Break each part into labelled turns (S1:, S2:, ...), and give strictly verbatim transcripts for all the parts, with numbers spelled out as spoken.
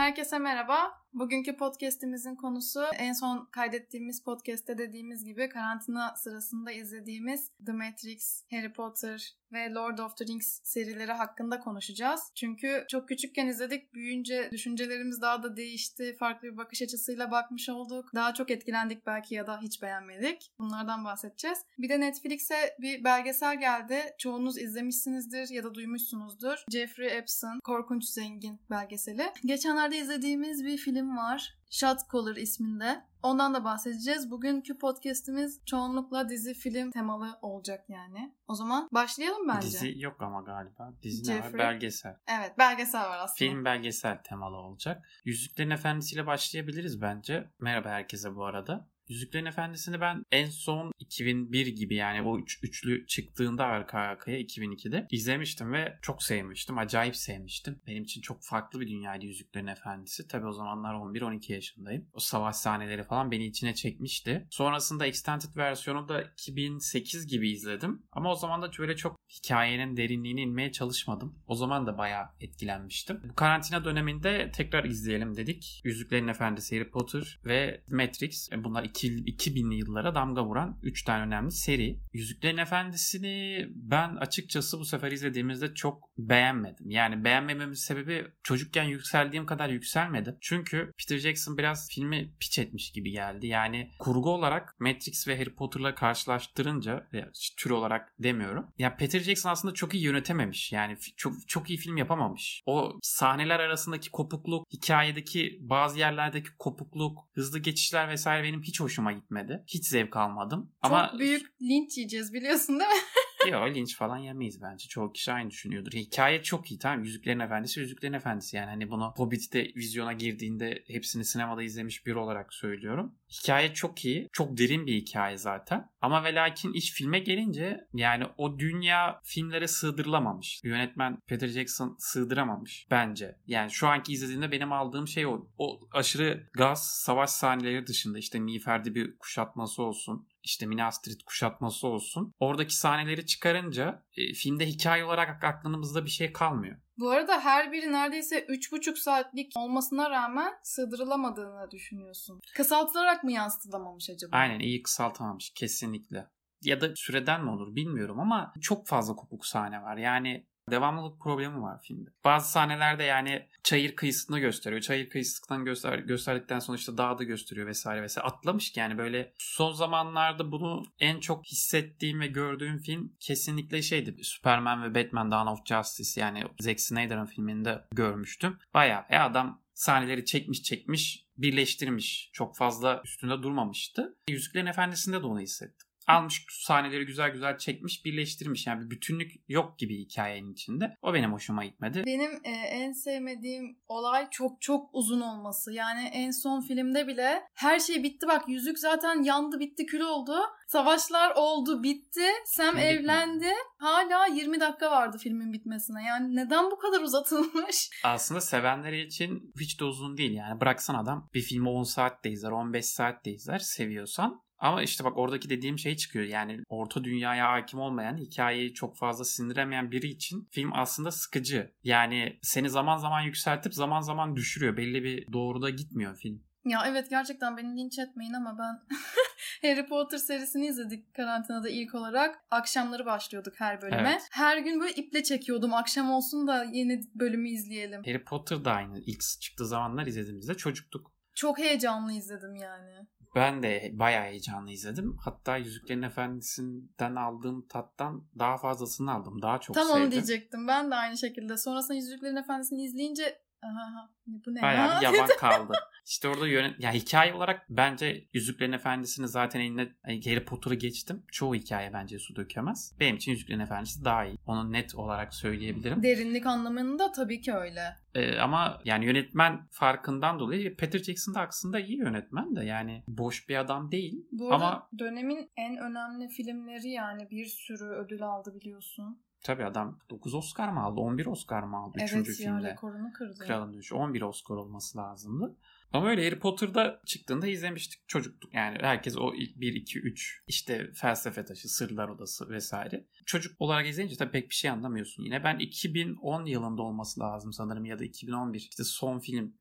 S1: Herkese merhaba. Bugünkü podcast'imizin konusu en son kaydettiğimiz podcast'te dediğimiz gibi karantina sırasında izlediğimiz The Matrix, Harry Potter ve Lord of the Rings serileri hakkında konuşacağız. Çünkü çok küçükken izledik, büyüyünce düşüncelerimiz daha da değişti, farklı bir bakış açısıyla bakmış olduk. Daha çok etkilendik belki ya da hiç beğenmedik. Bunlardan bahsedeceğiz. Bir de Netflix'e bir belgesel geldi. Çoğunuz izlemişsinizdir ya da duymuşsunuzdur. Jeffrey Epstein, Korkunç Zengin belgeseli. Geçenlerde izlediğimiz bir film var. Shot Caller isminde. Ondan da bahsedeceğiz. Bugünkü podcast'imiz çoğunlukla dizi film temalı olacak yani. O zaman başlayalım bence.
S2: Dizi yok ama galiba. Dizi ne var?
S1: Jeffrey.
S2: Belgesel.
S1: Evet, belgesel var aslında.
S2: Film belgesel temalı olacak. Yüzüklerin Efendisi'yle başlayabiliriz bence. Merhaba herkese bu arada. Yüzüklerin Efendisi'ni ben en son iki bin bir gibi, yani o üç, üçlü çıktığında arka arkaya iki bin ikide izlemiştim ve çok sevmiştim. Acayip sevmiştim. Benim için çok farklı bir dünyaydı Yüzüklerin Efendisi. Tabii o zamanlar on bir on iki yaşındayım. O savaş sahneleri falan beni içine çekmişti. Sonrasında extended versiyonu da iki bin sekiz gibi izledim. Ama o zaman da böyle çok hikayenin derinliğine inmeye çalışmadım. O zaman da bayağı etkilenmiştim. Bu karantina döneminde tekrar izleyelim dedik. Yüzüklerin Efendisi, Harry Potter ve Matrix. Bunlar iki iki binli yıllara damga vuran üç tane önemli seri. Yüzüklerin Efendisi'ni ben açıkçası bu sefer izlediğimizde çok beğenmedim. Yani beğenmememin sebebi çocukken yükseldiğim kadar yükselmedim. Çünkü Peter Jackson biraz filmi piç etmiş gibi geldi. Yani kurgu olarak Matrix ve Harry Potter'la karşılaştırınca, tür olarak demiyorum. Ya Peter Jackson aslında çok iyi yönetememiş. Yani çok çok iyi film yapamamış. O sahneler arasındaki kopukluk, hikayedeki bazı yerlerdeki kopukluk, hızlı geçişler vesaire benim hiç hoşuma gitmedi. Hiç zevk almadım.
S1: Çok
S2: Ama
S1: büyük linç yiyeceğiz biliyorsun değil mi?
S2: Yok, linç falan yemeyiz bence. Çoğu kişi aynı düşünüyordur. Hikaye çok iyi, tamam. Yüzüklerin Efendisi, Yüzüklerin Efendisi. Yani hani bunu Hobbit'te vizyona girdiğinde hepsini sinemada izlemiş biri olarak söylüyorum. Hikaye çok iyi. Çok derin bir hikaye zaten. Ama ve lakin iş filme gelince yani o dünya filmlere sığdırılamamış. Yönetmen Peter Jackson sığdıramamış bence. Yani şu anki izlediğimde benim aldığım şey o. O aşırı gaz, savaş sahneleri dışında işte Miğfer'de bir kuşatması olsun, İşte Minas Tirith kuşatması olsun. Oradaki sahneleri çıkarınca e, filmde hikaye olarak aklımızda bir şey kalmıyor.
S1: Bu arada her biri neredeyse üç buçuk saatlik olmasına rağmen sığdırılamadığını düşünüyorsun. Kısaltılarak mı yansıtılamamış acaba?
S2: Aynen, iyi kısaltamamış kesinlikle. Ya da süreden mi olur bilmiyorum ama çok fazla kopuk sahne var. Yani devamlılık problemi var filmde. Bazı sahnelerde yani çayır kıyısını gösteriyor. Çayır kıyısından göster gösterdikten sonra işte dağda gösteriyor vesaire vesaire. Atlamış ki yani böyle son zamanlarda bunu en çok hissettiğim ve gördüğüm film kesinlikle şeydi. Superman ve Batman Dawn of Justice, yani Zack Snyder'ın filminde görmüştüm. Bayağı e adam sahneleri çekmiş çekmiş birleştirmiş. Çok fazla üstünde durmamıştı. Yüzüklerin Efendisi'nde de onu hissettim. Almış sahneleri güzel güzel çekmiş, birleştirmiş. Yani bir bütünlük yok gibi hikayenin içinde. O benim hoşuma gitmedi.
S1: Benim e, en sevmediğim olay çok çok uzun olması. Yani en son filmde bile her şey bitti. Bak yüzük zaten yandı, bitti, kül oldu. Savaşlar oldu, bitti. Sam
S2: Film
S1: evlendi.
S2: bitmedi.
S1: Hala yirmi dakika vardı filmin bitmesine. Yani neden bu kadar uzatılmış?
S2: Aslında sevenleri için hiç de uzun değil. Yani bıraksan adam bir filmi on saat de izler, on beş saat de izler seviyorsan. Ama işte bak oradaki dediğim şey çıkıyor. Yani orta dünyaya hakim olmayan, hikayeyi çok fazla sindiremeyen biri için film aslında sıkıcı. Yani seni zaman zaman yükseltip zaman zaman düşürüyor. Belli bir doğruda gitmiyor film.
S1: Ya evet, gerçekten beni linç etmeyin ama ben Harry Potter serisini izledik karantinada ilk olarak. Akşamları başlıyorduk her bölüme.
S2: Evet.
S1: Her gün böyle iple çekiyordum. Akşam olsun da yeni bölümü izleyelim.
S2: Harry Potter da aynı. İlk çıktığı zamanlar izlediğimizde çocuktuk.
S1: Çok heyecanlı izledim yani.
S2: Ben de bayağı heyecanlı izledim. Hatta Yüzüklerin Efendisi'nden aldığım tattan daha fazlasını aldım. Daha çok
S1: Tam
S2: sevdim.
S1: onu diyecektim. Ben de aynı şekilde. Sonrasında Yüzüklerin Efendisi'ni izleyince aha, bu ne
S2: bayağı
S1: ya?
S2: bir yavan kaldı. İşte orada yönet ya hikaye olarak bence Yüzüklerin Efendisi'ni zaten eline, Harry Potter'ı geçtim. Çoğu hikaye bence su dökemez. Benim için Yüzüklerin Efendisi daha iyi. Onu net olarak söyleyebilirim.
S1: Derinlik anlamında tabii ki öyle.
S2: Ee, ama yani yönetmen farkından dolayı Peter Jackson da aslında iyi yönetmen de, yani boş bir adam değil.
S1: Bu arada
S2: ama
S1: dönemin en önemli filmleri, yani bir sürü ödül aldı biliyorsun.
S2: tabii adam dokuz Oscar mı aldı? on bir Oscar mı aldı?
S1: Evet
S2: Üçüncü
S1: ya,
S2: filmde.
S1: rekorunu kırdı.
S2: Kralın Dönüşü. on bir Oscar olması lazımdı. Ama öyle Harry Potter'da çıktığında izlemiştik, çocuktuk. Yani herkes o ilk bir, iki, üç işte Felsefe Taşı, Sırlar Odası vesaire. Çocuk olarak izleyince tabii pek bir şey anlamıyorsun yine. Ben iki bin on yılında olması lazım sanırım ya da iki bin on bir. İşte son film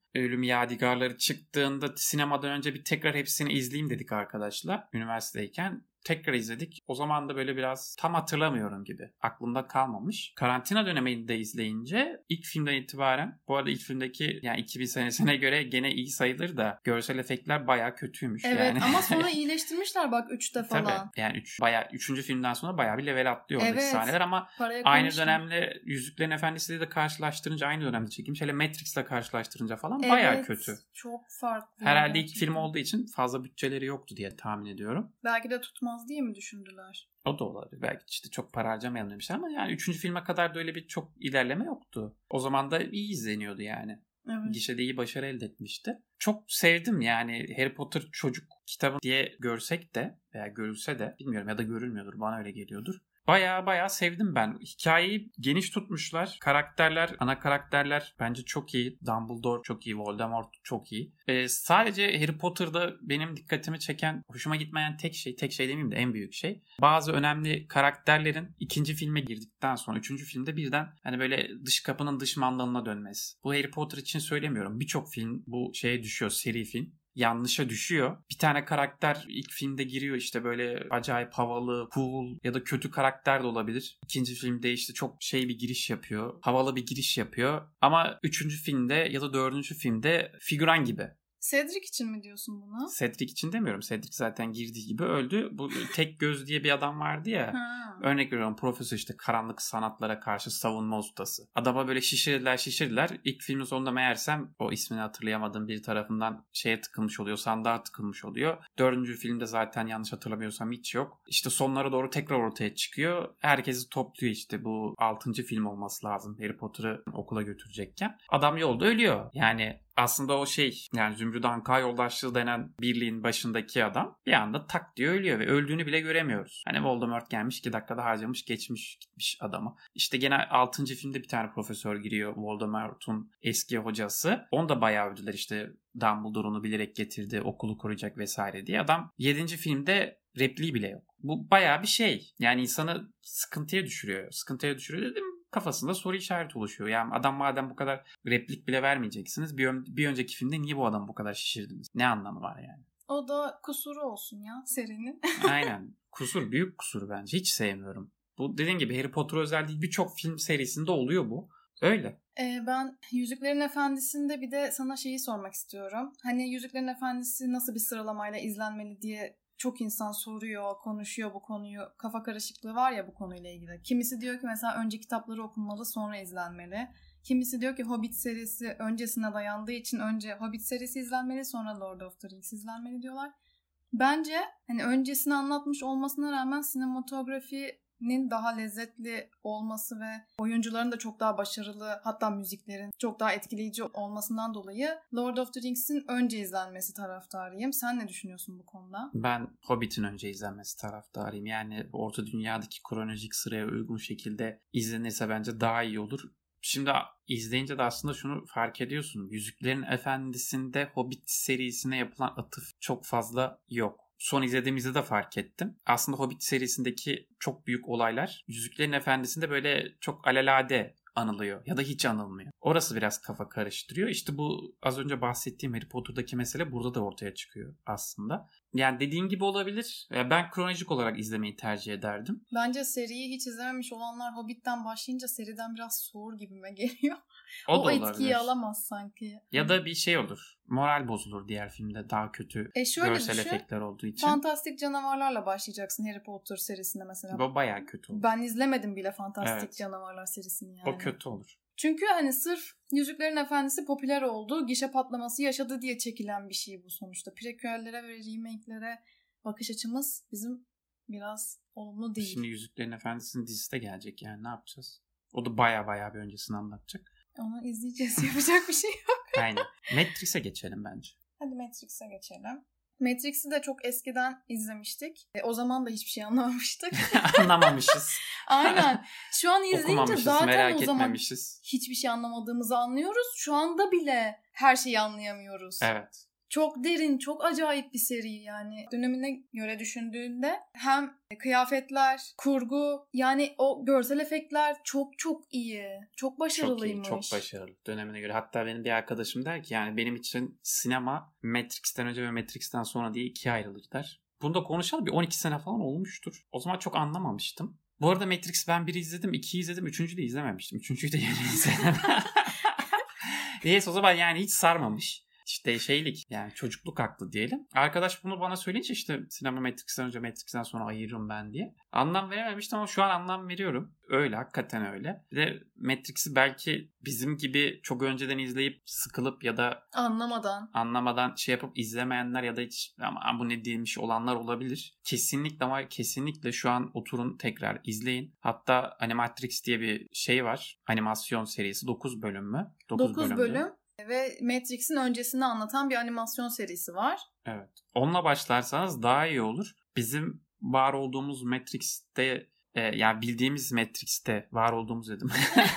S2: Ölüm Yadigarları çıktığında sinemadan önce bir tekrar hepsini izleyeyim dedik arkadaşlar. Üniversitedeyken. Tekrar izledik. O zaman da böyle biraz tam hatırlamıyorum gibi. Aklımda kalmamış. Karantina döneminde izleyince ilk filmden itibaren, bu arada ilk filmdeki yani iki bin senesine göre gene iyi sayılır da görsel efektler bayağı kötüymüş.
S1: Evet
S2: yani.
S1: Ama sonra iyileştirmişler bak üçte falan.
S2: Tabii yani üç, bayağı, üçüncü filmden sonra bayağı bir level atlıyor oradaki
S1: evet,
S2: sahneler ama aynı
S1: konuştum.
S2: dönemle Yüzüklerin Efendisi'yle de karşılaştırınca aynı dönemde çekilmiş. Hele Matrix'le karşılaştırınca falan
S1: evet,
S2: bayağı kötü.
S1: Çok farklı.
S2: Herhalde
S1: gerçekten.
S2: ilk film olduğu için fazla bütçeleri yoktu diye tahmin ediyorum.
S1: Belki de tutmaz diye mi düşündüler?
S2: O da olabilir. Belki işte çok para harcamayalım demişler ama yani üçüncü filme kadar da öyle bir çok ilerleme yoktu. O zaman da iyi izleniyordu yani.
S1: Evet.
S2: Gişede iyi başarı elde etmişti. Çok sevdim yani Harry Potter çocuk kitabı diye görsek de veya görülse de bilmiyorum ya da görülmüyordur. Bana öyle geliyordur. Baya baya sevdim ben. Hikayeyi geniş tutmuşlar. Karakterler, ana karakterler bence çok iyi. Dumbledore çok iyi. Voldemort çok iyi. Ee, sadece Harry Potter'da benim dikkatimi çeken, hoşuma gitmeyen tek şey, tek şey demeyeyim de en büyük şey. Bazı önemli karakterlerin ikinci filme girdikten sonra, üçüncü filmde birden hani böyle dış kapının dış mandalına dönmesi. Bu Harry Potter için söylemiyorum. Birçok film bu şeye düşüyor, seri film. Yanlışa düşüyor. Bir tane karakter ilk filmde giriyor işte böyle acayip havalı, cool ya da kötü karakter de olabilir. İkinci filmde işte çok şey bir giriş yapıyor. Havalı bir giriş yapıyor. Ama üçüncü filmde ya da dördüncü filmde figüran gibi.
S1: Cedric için mi diyorsun bunu?
S2: Cedric için demiyorum. Cedric zaten girdiği gibi öldü. Bu tek göz diye bir adam vardı ya.
S1: Ha.
S2: Örnek veriyorum profesör işte karanlık sanatlara karşı savunma ustası. Adama böyle şişirdiler şişirdiler. İlk filmin sonunda meğersem o ismini hatırlayamadığım bir tarafından şeye tıkılmış oluyor. Sandığa tıkılmış oluyor. Dördüncü filmde zaten yanlış hatırlamıyorsam hiç yok. İşte sonlara doğru tekrar ortaya çıkıyor. Herkesi topluyor işte bu altıncı film olması lazım. Harry Potter'ı okula götürecekken. Adam yolda ölüyor. Yani aslında o şey yani Zümrüt Anka yoldaşlığı denen birliğin başındaki adam bir anda tak diye ölüyor ve öldüğünü bile göremiyoruz. Hani Voldemort gelmiş iki dakikada harcamış geçmiş gitmiş adamı. İşte gene altıncı filmde bir tane profesör giriyor Voldemort'un eski hocası. Onu da bayağı övdüler işte Dumbledore onu bilerek getirdi okulu koruyacak vesaire diye. Adam yedinci filmde repliği bile yok. Bu bayağı bir şey yani insanı sıkıntıya düşürüyor. Sıkıntıya düşürüyor dedim. Kafasında soru işareti oluşuyor. Yani adam madem bu kadar replik bile vermeyeceksiniz bir, ön- bir önceki filmde niye bu adamı bu kadar şişirdiniz? Ne anlamı var yani?
S1: O da kusuru olsun ya serinin.
S2: Aynen. Kusur. Büyük kusur bence. Hiç sevmiyorum. Bu dediğim gibi Harry Potter özel değil. Birçok film serisinde oluyor bu. Öyle.
S1: Ee, ben Yüzüklerin Efendisi'nde bir de sana şeyi sormak istiyorum. Hani Yüzüklerin Efendisi nasıl bir sıralamayla izlenmeli diye çok insan soruyor, konuşuyor bu konuyu. Kafa karışıklığı var ya bu konuyla ilgili. Kimisi diyor ki mesela önce kitapları okunmalı sonra izlenmeli. Kimisi diyor ki Hobbit serisi öncesine dayandığı için önce Hobbit serisi izlenmeli sonra Lord of the Rings izlenmeli diyorlar. Bence hani öncesini anlatmış olmasına rağmen sinematografinin daha lezzetli olması ve oyuncuların da çok daha başarılı hatta müziklerin çok daha etkileyici olmasından dolayı Lord of the Rings'in önce izlenmesi taraftarıyım. Sen ne düşünüyorsun bu konuda?
S2: Ben Hobbit'in önce izlenmesi taraftarıyım. Yani Orta Dünya'daki kronolojik sıraya uygun şekilde izlenirse bence daha iyi olur. Şimdi izleyince de aslında şunu fark ediyorsun. Yüzüklerin Efendisi'nde Hobbit serisine yapılan atıf çok fazla yok. Son izlediğimizde de fark ettim. Aslında Hobbit serisindeki çok büyük olaylar Yüzüklerin Efendisi'nde böyle çok alelade anılıyor ya da hiç anılmıyor. Orası biraz kafa karıştırıyor. İşte bu az önce bahsettiğim Harry Potter'daki mesele burada da ortaya çıkıyor aslında. Yani dediğin gibi olabilir. Ben kronolojik olarak izlemeyi tercih ederdim.
S1: Bence seriyi hiç izlememiş olanlar Hobbit'ten başlayınca seriden biraz soğur gibime geliyor.
S2: O,
S1: o
S2: da
S1: etkiyi
S2: olabilir.
S1: alamaz sanki.
S2: Ya da bir şey olur. Moral bozulur diğer filmde daha kötü
S1: e
S2: görsel
S1: düşün,
S2: efektler olduğu için.
S1: Fantastik canavarlarla başlayacaksın Harry Potter serisinde mesela.
S2: Bu bayağı kötü olur.
S1: Ben izlemedim bile Fantastik
S2: Evet.
S1: Canavarlar serisini yani.
S2: O kötü olur.
S1: Çünkü hani sırf Yüzüklerin Efendisi popüler oldu, gişe patlaması yaşadı diye çekilen bir şey bu sonuçta. Prequel'lere ve remake'lere bakış açımız bizim biraz olumlu değil.
S2: Şimdi Yüzüklerin Efendisi'nin dizisi de gelecek yani ne yapacağız? O da baya baya bir öncesini anlatacak.
S1: Onu izleyeceğiz. Yapacak bir şey yok.
S2: Aynen. Matrix'e geçelim bence.
S1: Hadi Matrix'e geçelim. Matrix'i de çok eskiden izlemiştik. E, o zaman da hiçbir şey anlamamıştık.
S2: Anlamamışız.
S1: Aynen. Şu an izleyince zaten
S2: merak
S1: o zaman
S2: etmemişiz.
S1: hiçbir şey anlamadığımızı anlıyoruz. Şu anda bile her şeyi anlayamıyoruz.
S2: Evet.
S1: Çok derin, çok acayip bir seri yani. Dönemine göre düşündüğünde hem kıyafetler, kurgu, yani o görsel efektler çok çok iyi. Çok başarılıymış.
S2: Çok iyi, çok başarılı dönemine göre. Hatta benim bir arkadaşım der ki yani benim için sinema Matrix'ten önce ve Matrix'ten sonra diye ikiye ayrılır der. Bunu da konuşalım, bir on iki sene falan olmuştur. O zaman çok anlamamıştım. Bu arada Matrix ben biri izledim, ikiyi izledim, üçüncüyü de izlememiştim. Üçüncüyü de yeni izledim. Neyse o zaman yani hiç sarmamış. İşte şeylik yani çocukluk aklı diyelim. Arkadaş bunu bana söyleyince işte sinema Matrix'ten önce Matrix'ten sonra ayırırım ben diye. Anlam verememiştim ama şu an anlam veriyorum. Öyle, hakikaten öyle. Bir de Matrix'i belki bizim gibi çok önceden izleyip sıkılıp ya da
S1: anlamadan
S2: anlamadan şey yapıp izlemeyenler ya da hiç ama bu ne değilmiş olanlar olabilir. Kesinlikle ama kesinlikle şu an oturun tekrar izleyin. Hatta Animatrix diye bir şey var. Animasyon serisi dokuz bölüm mü?
S1: dokuz bölüm. Ve Matrix'in öncesini anlatan bir animasyon serisi var.
S2: Evet. Onunla başlarsanız daha iyi olur. Bizim var olduğumuz Matrix'te e, yani bildiğimiz Matrix'te var olduğumuz dedim.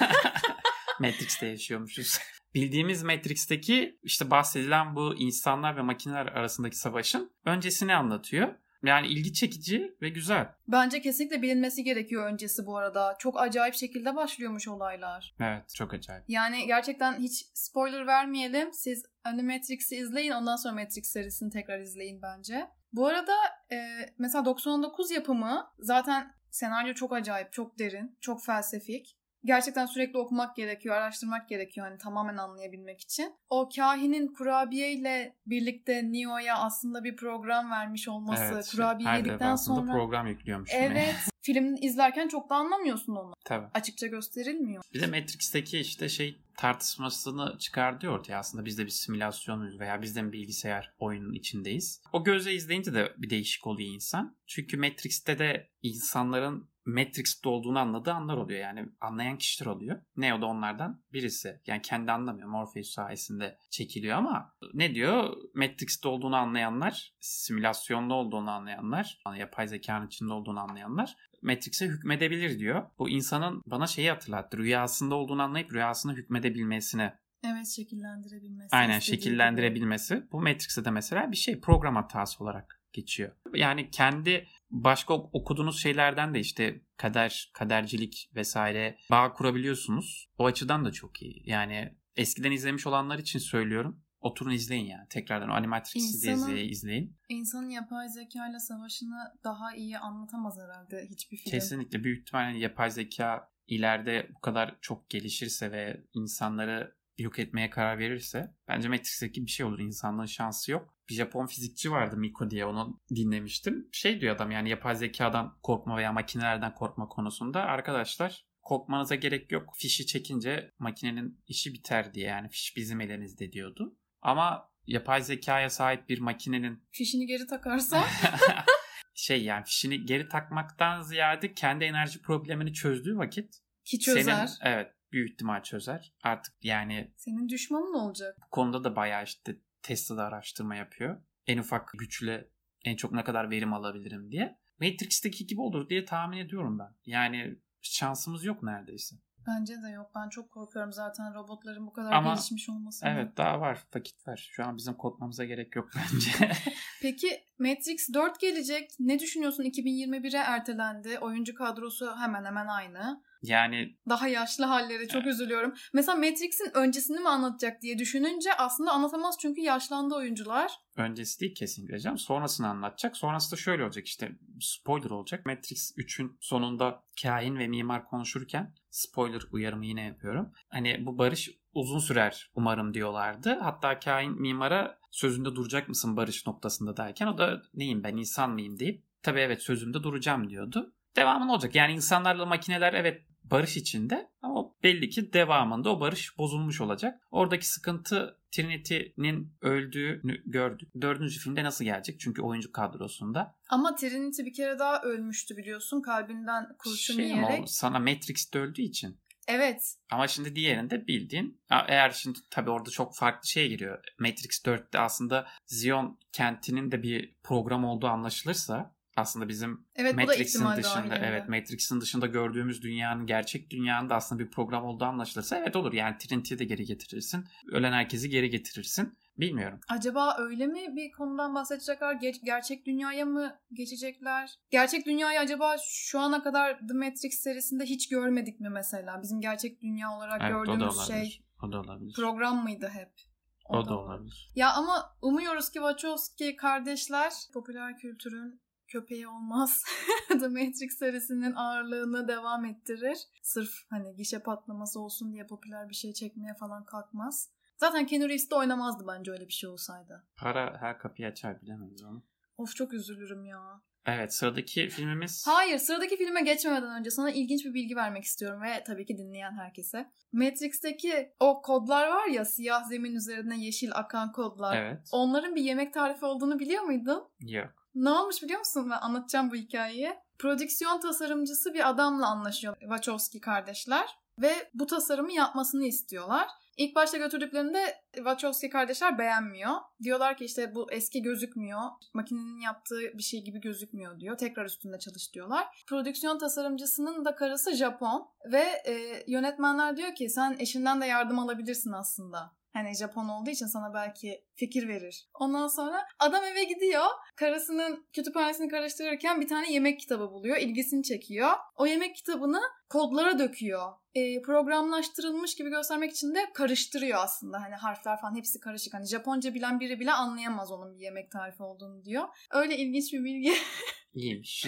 S2: Matrix'te yaşıyormuşuz. Bildiğimiz Matrix'teki işte bahsedilen bu insanlar ve makineler arasındaki savaşın öncesini anlatıyor. Yani ilgi çekici ve güzel.
S1: Bence kesinlikle bilinmesi gerekiyor öncesi bu arada. Çok acayip şekilde başlıyormuş olaylar.
S2: Evet, çok acayip.
S1: Yani gerçekten hiç spoiler vermeyelim. Siz Animatrix'i izleyin, ondan sonra Matrix serisini tekrar izleyin bence. Bu arada e, mesela doksan dokuz yapımı zaten senaryo çok acayip, çok derin, çok felsefik. Gerçekten sürekli okumak gerekiyor, araştırmak gerekiyor hani tamamen anlayabilmek için. O kahinin kurabiyeyle birlikte Neo'ya aslında bir program vermiş olması,
S2: evet,
S1: kurabiye
S2: her
S1: yedikten sonra
S2: program yüklüyormuş.
S1: Evet. Film izlerken çok da anlamıyorsun onu.
S2: Tabii.
S1: Açıkça gösterilmiyor.
S2: Bir de Matrix'teki işte şey tartışmasını çıkardı ortaya. Aslında biz de bir simülasyonuz veya biz de bir bilgisayar oyunun içindeyiz. O gözle izleyince de bir değişik oluyor insan. Çünkü Matrix'te de insanların Matrix'te olduğunu anladığı anlar oluyor. Yani anlayan kişiler oluyor. Neo da onlardan birisi. Yani kendi anlamıyor. Morpheus sayesinde çekiliyor ama ne diyor? Matrix'te olduğunu anlayanlar, simülasyonda olduğunu anlayanlar, yani yapay zekanın içinde olduğunu anlayanlar Matrix'e hükmedebilir diyor. Bu insanın bana şeyi hatırlattı. Rüyasında olduğunu anlayıp rüyasına hükmedebilmesini.
S1: Evet, şekillendirebilmesi.
S2: Aynen, şekillendirebilmesi. Gibi. Bu Matrix'te de mesela bir şey program hatası olarak geçiyor. Yani kendi başka okuduğunuz şeylerden de işte kader, kadercilik vesaire bağ kurabiliyorsunuz. O açıdan da çok iyi. Yani eskiden izlemiş olanlar için söylüyorum. Oturun izleyin yani. Tekrardan o Animatrix'i de izley- izleyin.
S1: İnsanın yapay zekayla savaşını daha iyi anlatamaz herhalde hiçbir film.
S2: Kesinlikle. Büyük ihtimalle yapay zeka ileride bu kadar çok gelişirse ve insanları yok etmeye karar verirse bence Matrix'teki bir şey olur. İnsanlığın şansı yok. Bir Japon fizikçi vardı, Miko diye, onu dinlemiştim. Şey diyor adam, yani yapay zekadan korkma veya makinelerden korkma konusunda, arkadaşlar korkmanıza gerek yok. Fişi çekince makinenin işi biter diye, yani fiş bizim elimizde diyordu. Ama yapay zekaya sahip bir makinenin
S1: fişini geri takarsa
S2: şey yani fişini geri takmaktan ziyade kendi enerji problemini çözdüğü vakit
S1: ki çözer.
S2: Senin, evet, büyük ihtimal çözer. Artık yani
S1: senin düşmanın olacak.
S2: Bu konuda da bayağı işte Tesla'da araştırma yapıyor. En ufak güçle en çok ne kadar verim alabilirim diye. Matrix'teki gibi olur diye tahmin ediyorum ben. Yani şansımız yok neredeyse.
S1: Bence de yok. Ben çok korkuyorum zaten robotların bu kadar
S2: Ama,
S1: gelişmiş olmasından.
S2: Evet, daha var. Vakit var. Şu an bizim korkmamıza gerek yok bence.
S1: Peki Matrix dört gelecek. Ne düşünüyorsun? iki bin yirmi bire ertelendi. Oyuncu kadrosu hemen hemen aynı.
S2: Yani
S1: daha yaşlı halleri, çok evet. üzülüyorum. Mesela Matrix'in öncesini mi anlatacak diye düşününce aslında anlatamaz çünkü yaşlandı oyuncular.
S2: Öncesi değil kesinlikle canım. Sonrasını anlatacak. Sonrası da şöyle olacak, işte spoiler olacak. Matrix üçün sonunda kahin ve mimar konuşurken, spoiler uyarımı yine yapıyorum, hani bu barış uzun sürer umarım diyorlardı. Hatta kahin mimara sözünde duracak mısın barış noktasında derken, o da neyim ben, insan mıyım deyip tabii evet sözümde duracağım diyordu. Devamı olacak. Yani insanlarla makineler evet barış içinde ama belli ki devamında o barış bozulmuş olacak. Oradaki sıkıntı Trinity'nin öldüğünü gördük. Dördüncü filmde nasıl gelecek? Çünkü oyuncu kadrosunda.
S1: Ama Trinity bir kere daha ölmüştü biliyorsun. Kalbinden kurşun şey yiyerek.
S2: Sana Matrix'te öldüğü için.
S1: Evet.
S2: Ama şimdi diğerinde bildiğin, eğer şimdi tabii orada çok farklı şey giriyor. Matrix dörtte aslında Zion kentinin de bir program olduğu anlaşılırsa, aslında bizim
S1: evet,
S2: Matrix'in dışında, evet Matrix'in dışında gördüğümüz dünyanın, gerçek dünyanın da aslında bir program olduğu anlaşılırsa evet olur. Yani Trinity'yi de geri getirirsin. Ölen herkesi geri getirirsin. Bilmiyorum.
S1: Acaba öyle mi bir konudan bahsedecekler? Ger- gerçek dünyaya mı geçecekler? Gerçek dünyayı acaba şu ana kadar The Matrix serisinde hiç görmedik mi mesela? Bizim gerçek dünya olarak
S2: Evet,
S1: gördüğümüz
S2: o
S1: şey
S2: o da olabilir.
S1: program mıydı hep?
S2: O, o da, da olabilir.
S1: Ya ama umuyoruz ki Wachowski kardeşler popüler kültürün köpeği olmaz. The Matrix serisinin ağırlığını devam ettirir. Sırf hani gişe patlaması olsun diye popüler bir şey çekmeye falan kalkmaz. Zaten Keanu Reeves de oynamazdı bence öyle bir şey olsaydı.
S2: Para her kapıyı açar, bilemeyiz onu.
S1: Of, çok üzülürüm ya.
S2: Evet, sıradaki filmimiz...
S1: Hayır, sıradaki filme geçmeden önce sana ilginç bir bilgi vermek istiyorum ve tabii ki dinleyen herkese. Matrix'teki o kodlar var ya, siyah zemin üzerine yeşil akan kodlar.
S2: Evet.
S1: Onların bir yemek tarifi olduğunu biliyor muydun?
S2: Yok.
S1: Ne olmuş biliyor musun? Ben anlatacağım bu hikayeyi. Prodüksiyon tasarımcısı bir adamla anlaşıyor Wachowski kardeşler ve bu tasarımı yapmasını istiyorlar. İlk başta götürdüklerinde Wachowski kardeşler beğenmiyor. Diyorlar ki işte bu eski gözükmüyor. Makinenin yaptığı bir şey gibi gözükmüyor diyor. Tekrar üstünde çalış diyorlar. Prodüksiyon tasarımcısının da karısı Japon ve e, yönetmenler diyor ki sen eşinden de yardım alabilirsin aslında. Hani Japon olduğu için sana belki fikir verir. Ondan sonra adam eve gidiyor. Karısının kütüphanesini karıştırırken bir tane yemek kitabı buluyor. İlgisini çekiyor. O yemek kitabını kodlara döküyor. E, programlaştırılmış gibi göstermek için de karıştırıyor aslında. Hani harfler falan hepsi karışık. Hani Japonca bilen biri bile anlayamaz onun bir yemek tarifi olduğunu diyor. Öyle ilginç bir bilgi.
S2: İyiymiş.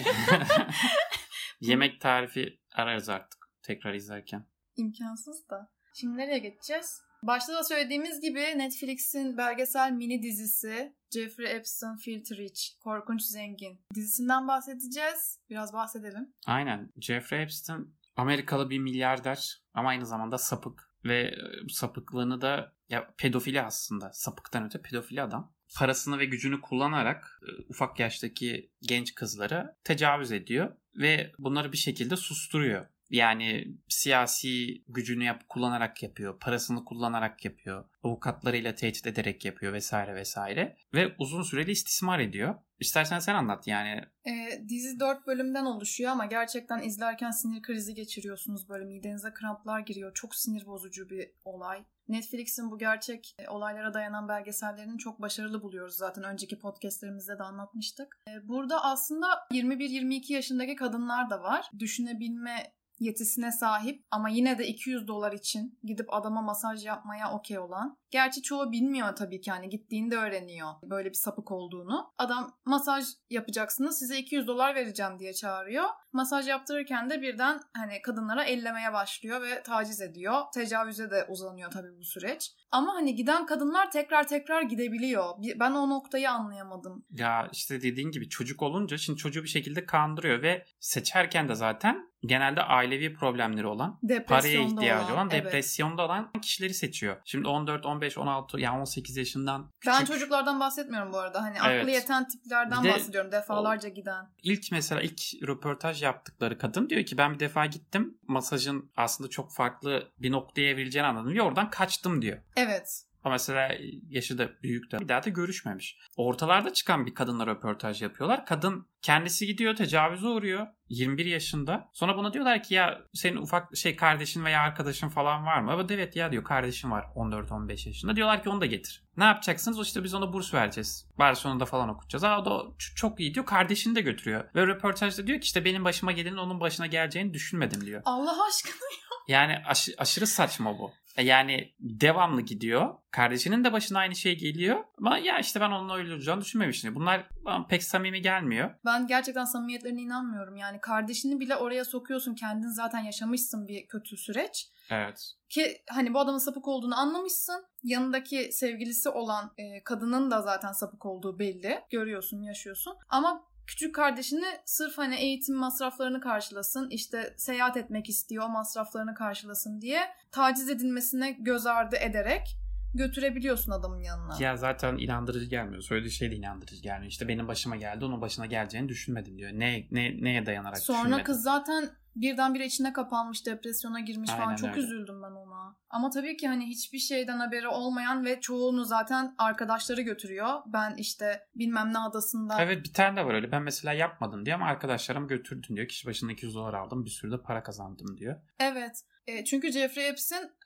S2: Yemek tarifi ararız artık tekrar izlerken.
S1: İmkansız da. Şimdi nereye geçeceğiz? Başta da söylediğimiz gibi Netflix'in belgesel mini dizisi Jeffrey Epstein Filthy Rich, Korkunç Zengin dizisinden bahsedeceğiz. Biraz bahsedelim.
S2: Aynen. Jeffrey Epstein Amerikalı bir milyarder ama aynı zamanda sapık ve bu sapıklığını da ya pedofili aslında. Sapıktan öte pedofili adam. Parasını ve gücünü kullanarak ufak yaştaki genç kızlara tecavüz ediyor ve bunları bir şekilde susturuyor. Yani siyasi gücünü yap, kullanarak yapıyor, parasını kullanarak yapıyor, avukatlarıyla tehdit ederek yapıyor vesaire vesaire ve uzun süreli istismar ediyor. İstersen sen anlat yani.
S1: E, dizi dört bölümden oluşuyor ama gerçekten izlerken sinir krizi geçiriyorsunuz, böyle midenize kramplar giriyor. Çok sinir bozucu bir olay. Netflix'in bu gerçek olaylara dayanan belgesellerini çok başarılı buluyoruz. Zaten önceki podcastlerimizde de anlatmıştık. E, burada aslında yirmi bir yirmi iki yaşındaki kadınlar da var. Düşünebilme yetisine sahip ama yine de iki yüz dolar için gidip adama masaj yapmaya okey olan. Gerçi çoğu bilmiyor tabii ki, hani gittiğinde öğreniyor böyle bir sapık olduğunu. Adam masaj yapacaksınız, size iki yüz dolar vereceğim diye çağırıyor. Masaj yaptırırken de birden hani kadınlara ellemeye başlıyor ve taciz ediyor. Tecavüze de uzanıyor tabii bu süreç. Ama hani giden kadınlar tekrar tekrar gidebiliyor. Ben o noktayı anlayamadım.
S2: Ya işte dediğin gibi çocuk olunca şimdi çocuğu bir şekilde kandırıyor ve seçerken de zaten genelde ailevi problemleri olan, paraya ihtiyacı olan,
S1: evet.
S2: depresyonda olan kişileri seçiyor. Şimdi on dört, on beş, on altı yani on sekiz yaşından küçük.
S1: Ben çocuklardan bahsetmiyorum bu arada. Hani
S2: evet.
S1: aklı yeten tiplerden
S2: de,
S1: bahsediyorum. Defalarca
S2: o,
S1: giden.
S2: İlk mesela ilk röportaj yaptıkları kadın diyor ki ben bir defa gittim. Masajın aslında çok farklı bir noktaya evrileceğini anladım. Ve oradan kaçtım diyor.
S1: Evet.
S2: Ama mesela yaşı da büyük de bir daha da görüşmemiş. Ortalarda çıkan bir kadınla röportaj yapıyorlar. Kadın kendisi gidiyor, tecavüze uğruyor yirmi bir yaşında. Sonra buna diyorlar ki ya senin ufak şey kardeşin veya arkadaşın falan var mı? Evet evet ya diyor, kardeşim var on dört on beş yaşında. Diyorlar ki onu da getir. Ne yapacaksınız? O işte biz ona burs vereceğiz. Barcelona'da falan okutacağız. Aa o da çok iyi diyor. Kardeşini de götürüyor. Ve röportajda diyor ki işte benim başıma gelenin onun başına geleceğini düşünmedim diyor.
S1: Allah aşkına ya.
S2: Yani aş- aşırı saçma bu. Yani devamlı gidiyor. Kardeşinin de başına aynı şey geliyor. Ama ya işte ben onunla öyle olacağını düşünmemiştim. Bunlar bana pek samimi gelmiyor.
S1: Ben gerçekten samimiyetlerine inanmıyorum. Yani kardeşini bile oraya sokuyorsun. Kendin zaten yaşamışsın bir kötü süreç.
S2: Evet.
S1: Ki hani bu adamın sapık olduğunu anlamışsın. Yanındaki sevgilisi olan e, kadının da zaten sapık olduğu belli. Görüyorsun, yaşıyorsun. Ama küçük kardeşini sırf hani eğitim masraflarını karşılasın, işte seyahat etmek istiyor, masraflarını karşılasın diye taciz edilmesine göz ardı ederek götürebiliyorsun adamın yanına.
S2: Ya zaten inandırıcı gelmiyor. Söylediği şey de inandırıcı gelmiyor. İşte benim başıma geldi, onun başına geleceğini düşünmedim diyor. Ne, ne neye dayanarak
S1: Sonra
S2: düşünmedim.
S1: Sonra kız zaten birdenbire içine kapanmış, depresyona girmiş
S2: Aynen
S1: falan. Çok
S2: öyle.
S1: üzüldüm ben ona. Ama tabii ki hani hiçbir şeyden haberi olmayan ve çoğunu zaten arkadaşları götürüyor. Ben işte bilmem ne adasında.
S2: Evet, bir tane de var öyle. Ben mesela yapmadım diyor ama arkadaşlarım götürdün diyor. Kişi başına iki yüz dolar aldım, bir sürü de para kazandım diyor.
S1: Evet. E, çünkü Jeffrey Epstein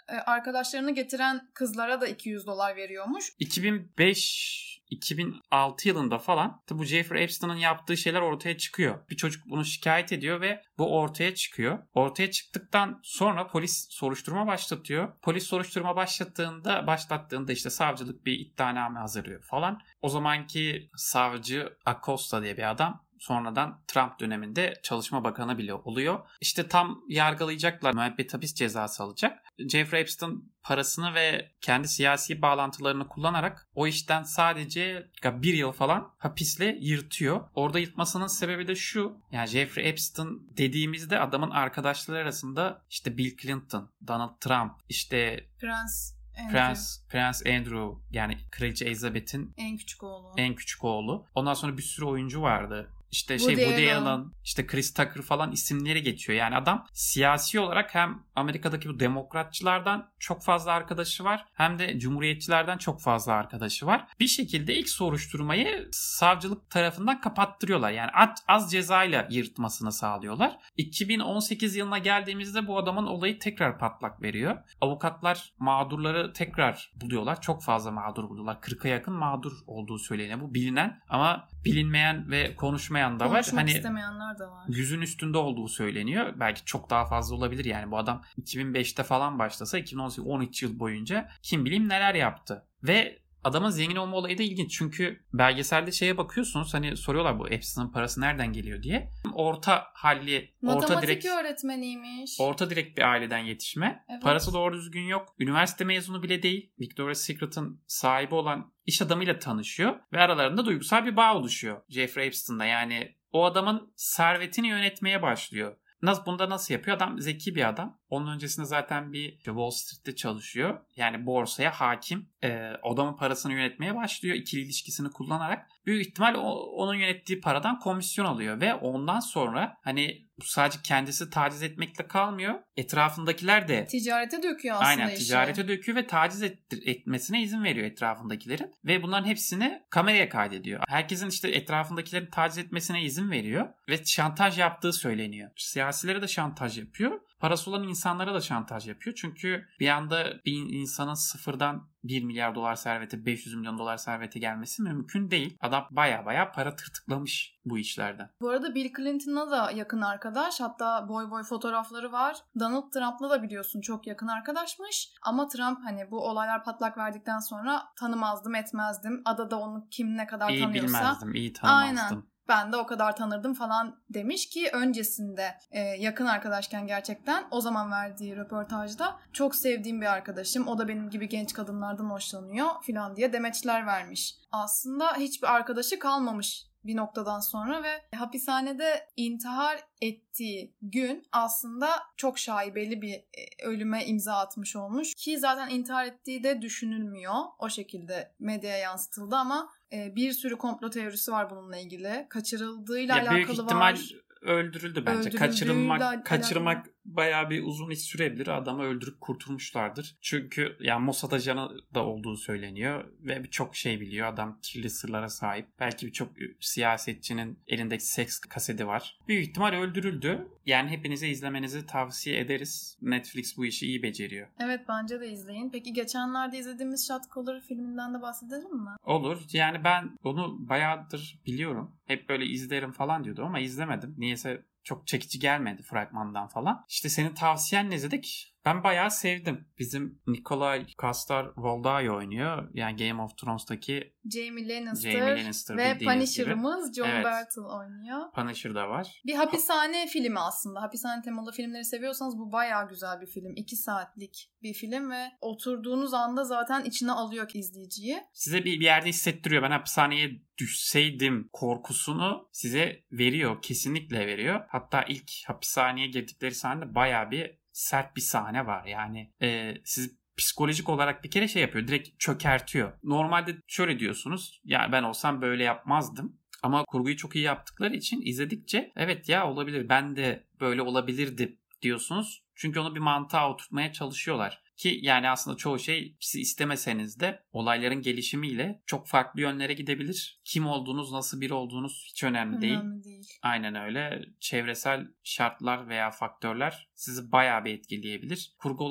S1: arkadaşlarını getiren kızlara da iki yüz dolar veriyormuş.
S2: iki bin beş iki bin altı yılında falan bu Jeffrey Epstein'ın yaptığı şeyler ortaya çıkıyor. Bir çocuk bunu şikayet ediyor ve bu ortaya çıkıyor. Ortaya çıktıktan sonra polis soruşturma başlatıyor. Polis soruşturma başlattığında başlattığında işte savcılık bir iddianame hazırlıyor falan. O zamanki savcı Acosta diye bir adam sonradan Trump döneminde Çalışma Bakanı bile oluyor. İşte tam yargılayacaklar. Müebbet hapis cezası alacak. Jeffrey Epstein parasını ve kendi siyasi bağlantılarını kullanarak o işten sadece bir yıl falan hapisle yırtıyor. Orada yırtmasının sebebi de şu. Yani Jeffrey Epstein dediğimizde adamın arkadaşları arasında işte Bill Clinton, Donald Trump, işte
S1: Prens Andrew.
S2: Prens, Prens Andrew yani Kraliçe Elizabeth'in
S1: en küçük oğlu.
S2: En küçük oğlu. Ondan sonra bir sürü oyuncu vardı. İşte
S1: Woody
S2: şey Woody
S1: Allen,
S2: Allen, işte Chris Tucker falan isimleri geçiyor. Yani adam siyasi olarak hem Amerika'daki bu demokratçılardan çok fazla arkadaşı var hem de cumhuriyetçilerden çok fazla arkadaşı var. Bir şekilde ilk soruşturmayı savcılık tarafından kapattırıyorlar. Yani az, az cezayla yırtmasını sağlıyorlar. iki bin on sekiz yılına geldiğimizde bu adamın olayı tekrar patlak veriyor. Avukatlar mağdurları tekrar buluyorlar. Çok fazla mağdur buluyorlar. kırka yakın mağdur olduğu söyleniyor. Bu bilinen ama bilinmeyen ve konuşmayan da var.
S1: Konuşmak
S2: Hani
S1: istemeyenler de var.
S2: yüzün üstünde olduğu söyleniyor. Belki çok daha fazla olabilir yani. Bu adam iki bin beşte falan başlasa iki bin on sekiz on üç yıl boyunca kim bileyim neler yaptı. Ve adamın zengin olma olayı da ilginç. Çünkü belgeselde şeye bakıyorsunuz hani soruyorlar bu Epstein'ın parası nereden geliyor diye. Orta halli,
S1: matematik
S2: orta direkt
S1: öğretmeniymiş.
S2: Orta direkt bir aileden yetişme.
S1: Evet.
S2: Parası doğru düzgün yok. Üniversite mezunu bile değil. Victoria's Secret'ın sahibi olan iş adamıyla tanışıyor ve aralarında duygusal bir bağ oluşuyor Jeffrey Epstein'da. Yani o adamın servetini yönetmeye başlıyor. Nasıl, bunda nasıl yapıyor? Adam zeki bir adam. Onun öncesinde zaten bir Wall Street'te çalışıyor. Yani borsaya hakim. Ee, adamın parasını yönetmeye başlıyor. İkili ilişkisini kullanarak. Büyük ihtimal o, onun yönettiği paradan komisyon alıyor. Ve ondan sonra hani bu sadece kendisi taciz etmekle kalmıyor. Etrafındakiler de
S1: ticarete döküyor aslında
S2: aynen,
S1: işi.
S2: ticarete döküyor ve taciz ettir, etmesine izin veriyor etrafındakilerin. Ve bunların hepsini kameraya kaydediyor. Herkesin işte etrafındakilerin taciz etmesine izin veriyor. Ve şantaj yaptığı söyleniyor. Siyasilere de şantaj yapıyor. Parası olan insanlara da şantaj yapıyor. Çünkü bir anda bir insanın sıfırdan bir milyar dolar serveti, beş yüz milyon dolar serveti gelmesi mümkün değil. Adam baya baya para tırtıklamış bu işlerden.
S1: Bu arada Bill Clinton'la da yakın arkadaş. Hatta boy boy fotoğrafları var. Donald Trump'la da biliyorsun çok yakın arkadaşmış. Ama Trump hani bu olaylar patlak verdikten sonra tanımazdım, etmezdim. Adada onu kim ne kadar
S2: İyi
S1: tanıyorsa.
S2: İyi bilmezdim, iyi tanımazdım.
S1: Aynen. Ben de o kadar tanırdım falan demiş ki öncesinde e, yakın arkadaşken gerçekten o zaman verdiği röportajda çok sevdiğim bir arkadaşım, o da benim gibi genç kadınlardan hoşlanıyor falan diye demeçler vermiş. Aslında hiçbir arkadaşı kalmamış bir noktadan sonra ve hapishanede intihar ettiği gün aslında çok şaibeli bir ölüme imza atmış olmuş ki zaten intihar ettiği de düşünülmüyor. O şekilde medyaya yansıtıldı ama bir sürü komplo teorisi var bununla ilgili. Kaçırıldığıyla
S2: ya
S1: alakalı
S2: büyük ihtimal
S1: var.
S2: Öldürüldü bence. Kaçırılmak, kaçırmak bayağı bir uzun iş sürebilir. Adamı öldürüp kurtulmuşlardır. Çünkü yani Mossad ajanı da olduğu söyleniyor ve birçok şey biliyor. Adam kirli sırlara sahip. Belki birçok siyasetçinin elindeki seks kaseti var. Büyük ihtimal öldürüldü. Yani hepinize izlemenizi tavsiye ederiz. Netflix bu işi iyi beceriyor.
S1: Evet, bence de izleyin. Peki geçenlerde izlediğimiz Shot Caller filminden de bahsedelim mi?
S2: Olur. Yani ben onu bayağıdır biliyorum. Hep böyle izlerim falan diyordu ama izlemedim. Niyeyse çok çekici gelmedi fragmandan falan. İşte senin tavsiyenle izledik. Ben bayağı sevdim. Bizim Nikolaj Coster-Waldau oynuyor. Yani Game of Thrones'taki
S1: Jamie Lannister,
S2: Jamie Lannister
S1: ve
S2: Punisher'ımız
S1: Punisher'ımız John
S2: evet.
S1: Bertal oynuyor.
S2: Punisher da var.
S1: Bir hapishane ha- filmi aslında. Hapishane temalı filmleri seviyorsanız bu bayağı güzel bir film. İki saatlik bir film ve oturduğunuz anda zaten içine alıyor izleyiciyi.
S2: Size bir, bir yerde hissettiriyor. Ben hapishaneye düşseydim korkusunu size veriyor. Kesinlikle veriyor. Hatta ilk hapishaneye girdikleri sahnede bayağı bir sert bir sahne var. Yani e, siz psikolojik olarak bir kere şey yapıyor. Direkt çökertiyor. Normalde şöyle diyorsunuz. Ya ben olsam böyle yapmazdım. Ama kurguyu çok iyi yaptıkları için izledikçe evet ya olabilir. Ben de böyle olabilirdi diyorsunuz. Çünkü onu bir mantığa oturtmaya çalışıyorlar. Ki yani aslında çoğu şey siz istemeseniz de olayların gelişimiyle çok farklı yönlere gidebilir. Kim olduğunuz, nasıl biri olduğunuz hiç önemli,
S1: önemli
S2: değil.
S1: Önemli değil.
S2: Aynen öyle. Çevresel şartlar veya faktörler sizi bayağı bir etkileyebilir. Kurgu olarak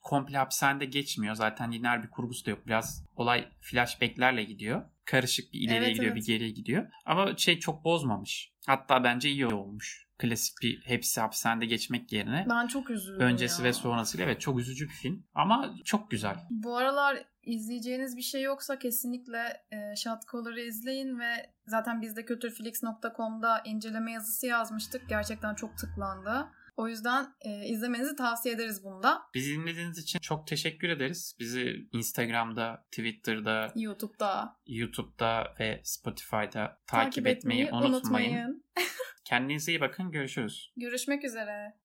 S2: komple hapishanede geçmiyor. Zaten lineer bir kurgusu da yok. Biraz olay flashbacklerle gidiyor. Karışık, bir ileriye
S1: Evet,
S2: gidiyor,
S1: evet.
S2: bir geriye gidiyor. Ama şey çok bozmamış. Hatta bence iyi olmuş. Klasik bir hepsi hapishanede geçmek yerine.
S1: Ben çok üzüldüm
S2: Öncesi
S1: ya.
S2: ve sonrasıyla evet çok üzücü bir film. Ama çok güzel.
S1: Bu aralar izleyeceğiniz bir şey yoksa kesinlikle e, Shot Caller'ı izleyin ve zaten biz de kültürflix nokta com'da inceleme yazısı yazmıştık. Gerçekten çok tıklandı. O yüzden e, izlemenizi tavsiye ederiz bunu da.
S2: Bizi dinlediğiniz için çok teşekkür ederiz. Bizi Instagram'da, Twitter'da,
S1: YouTube'da,
S2: YouTube'da ve Spotify'da takip,
S1: takip
S2: etmeyi,
S1: etmeyi
S2: unutmayın.
S1: unutmayın.
S2: Kendinize iyi bakın. Görüşürüz.
S1: Görüşmek üzere.